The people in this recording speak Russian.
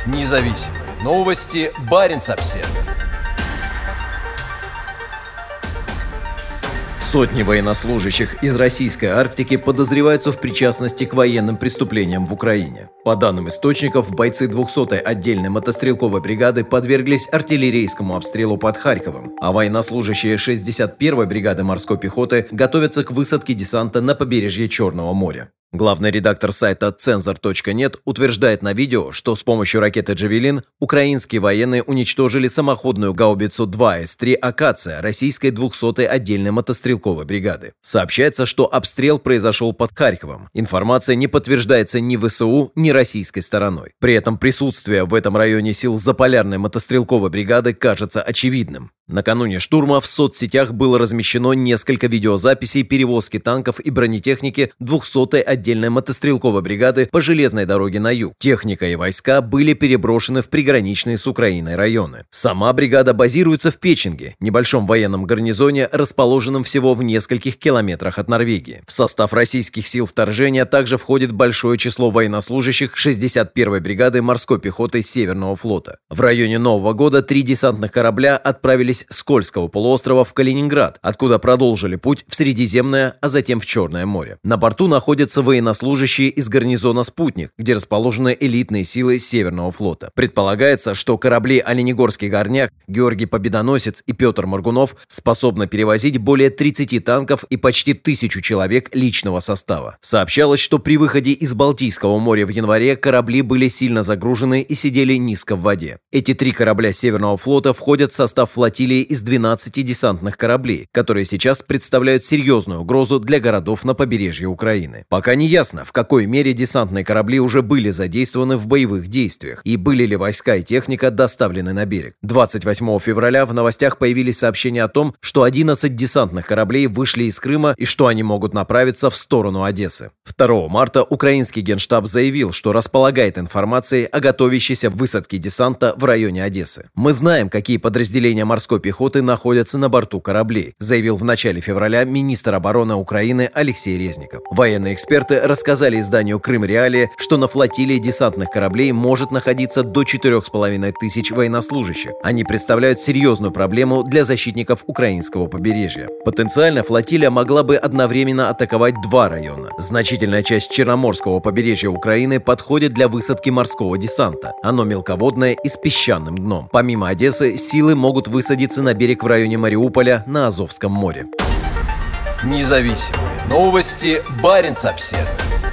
Независимые новости. Баренц-Обсервер. Сотни военнослужащих из российской Арктики подозреваются в причастности к военным преступлениям в Украине. По данным источников, бойцы 200-й отдельной мотострелковой бригады подверглись артиллерийскому обстрелу под Харьковом, а военнослужащие 61-й бригады морской пехоты готовятся к высадке десанта на побережье Черного моря. Главный редактор сайта Цензор.нет утверждает на видео, что с помощью ракеты «Джавелин» украинские военные уничтожили самоходную гаубицу 2С-3 «Акация» российской 200-й отдельной мотострелковой бригады. Сообщается, что обстрел произошел под Харьковом. Информация не подтверждается ни ВСУ, ни российской стороной. При этом присутствие в этом районе сил Заполярной мотострелковой бригады кажется очевидным. Накануне штурма в соцсетях было размещено несколько видеозаписей перевозки танков и бронетехники 200-й отдельной мотострелковой бригады по железной дороге на юг. Техника и войска были переброшены в приграничные с Украиной районы. Сама бригада базируется в Печенге, небольшом военном гарнизоне, расположенном всего в нескольких километрах от Норвегии. В состав российских сил вторжения также входит большое число военнослужащих 61-й бригады морской пехоты Северного флота. В районе Нового года 3 десантных корабля отправились с Кольского полуострова в Калининград, откуда продолжили путь в Средиземное, а затем в Черное море. На борту находятся военнослужащие из гарнизона «Спутник», где расположены элитные силы Северного флота. Предполагается, что корабли «Оленегорский горняк», «Георгий Победоносец» и «Петр Моргунов» способны перевозить более 30 танков и почти 1000 человек личного состава. Сообщалось, что при выходе из Балтийского моря в январе корабли были сильно загружены и сидели низко в воде. Эти 3 корабля Северного флота входят в состав флотилии из 12 десантных кораблей, которые сейчас представляют серьезную угрозу для городов на побережье Украины. Пока не ясно, в какой мере десантные корабли уже были задействованы в боевых действиях и были ли войска и техника доставлены на берег. 28 февраля в новостях появились сообщения о том, что 11 десантных кораблей вышли из Крыма и что они могут направиться в сторону Одессы. 2 марта украинский генштаб заявил, что располагает информацией о готовящейся высадке десанта в районе Одессы. «Мы знаем, какие подразделения морской пехоты находятся на борту кораблей», заявил в начале февраля министр обороны Украины Алексей Резников. Военные эксперты рассказали изданию «Крым Реалии», что на флотилии десантных кораблей может находиться до 4500 военнослужащих. Они представляют серьезную проблему для защитников украинского побережья. Потенциально флотилия могла бы одновременно атаковать 2 района. Значительная часть Черноморского побережья Украины подходит для высадки морского десанта. Оно мелководное и с песчаным дном. Помимо Одессы, силы могут высадиться на берег в районе Мариуполя на Азовском море. Независимые новости. Баренц-Обсервер.